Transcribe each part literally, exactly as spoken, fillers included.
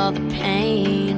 all the pain.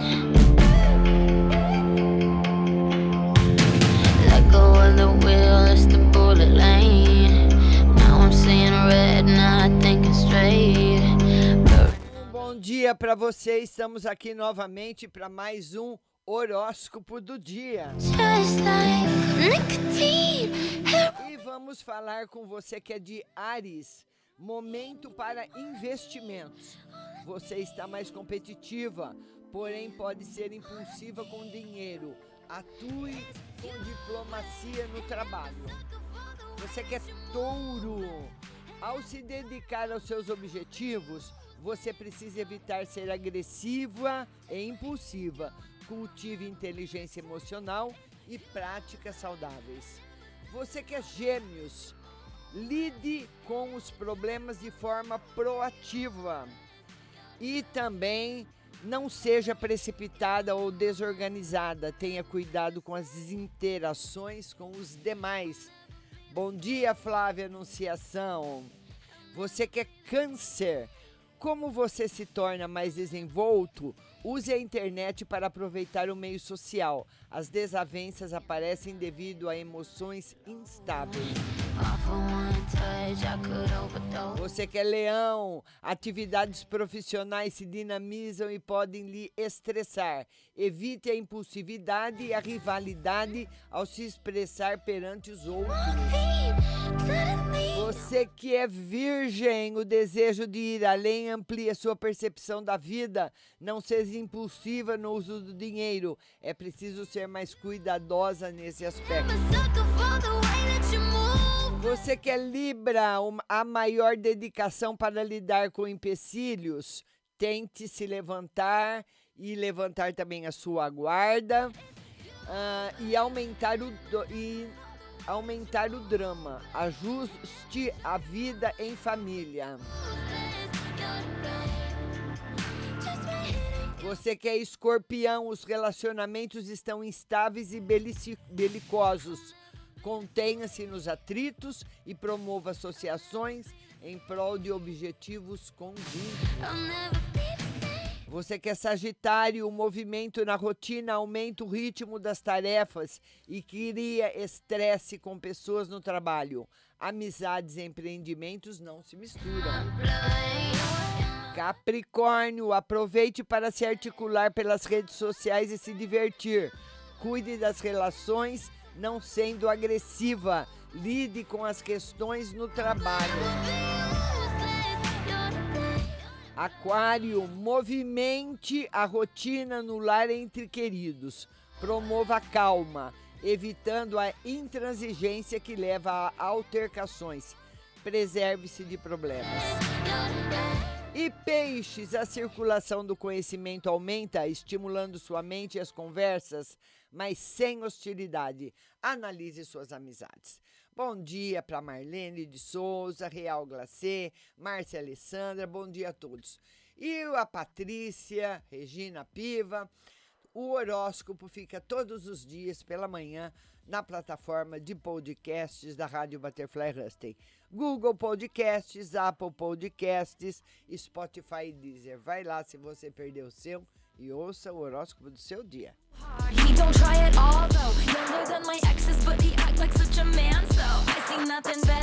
Let go of the wheel, it's the bullet lane. Now I'm seeing red, not thinking straight. Um bom dia para você, estamos aqui novamente para mais um horóscopo do dia. Just like nicotine. E vamos falar com você que é de Áries. Momento para investimentos. Você está mais competitiva, porém pode ser impulsiva com dinheiro. Atue com diplomacia no trabalho. Você que é touro. Ao se dedicar aos seus objetivos, você precisa evitar ser agressiva e impulsiva. Cultive inteligência emocional e práticas saudáveis. Você que é gêmeos, lide com os problemas de forma proativa. E também não seja precipitada ou desorganizada. Tenha cuidado com as interações com os demais. Bom dia, Flávia Anunciação. Você que é câncer. Como você se torna mais desenvolto, use a internet para aproveitar o meio social. As desavenças aparecem devido a emoções instáveis. Você que é leão, atividades profissionais se dinamizam e podem lhe estressar. Evite a impulsividade e a rivalidade ao se expressar perante os outros. Você que é virgem, o desejo de ir além amplia sua percepção da vida. Não seja impulsiva no uso do dinheiro. É preciso ser mais cuidadosa nesse aspecto. Você que é Libra, a maior dedicação para lidar com empecilhos. Tente se levantar e levantar também a sua guarda uh, e aumentar o... Do, e, aumentar o drama, ajuste a vida em família. Você que é escorpião, os relacionamentos estão instáveis e belici- belicosos. Contenha-se nos atritos e promova associações em prol de objetivos conjuntos. Você que é Sagitário, o movimento na rotina aumenta o ritmo das tarefas e cria estresse com pessoas no trabalho. Amizades e empreendimentos não se misturam. Capricórnio, aproveite para se articular pelas redes sociais e se divertir. Cuide das relações, não sendo agressiva. Lide com as questões no trabalho. Aquário, movimente a rotina no lar entre queridos. Promova a calma, evitando a intransigência que leva a altercações. Preserve-se de problemas. E peixes, a circulação do conhecimento aumenta, estimulando sua mente e as conversas, mas sem hostilidade. Analise suas amizades. Bom dia para Marlene de Souza, Real Glacê, Márcia Alessandra, bom dia a todos. E a Patrícia, Regina Piva, o horóscopo fica todos os dias pela manhã na plataforma de podcasts da Rádio Butterfly Husting. Google Podcasts, Apple Podcasts, Spotify e Deezer. Vai lá se você perdeu o seu e ouça o horóscopo do seu dia. He don't try at all though. Younger than my exes, but he act like such a man. So I see nothing better.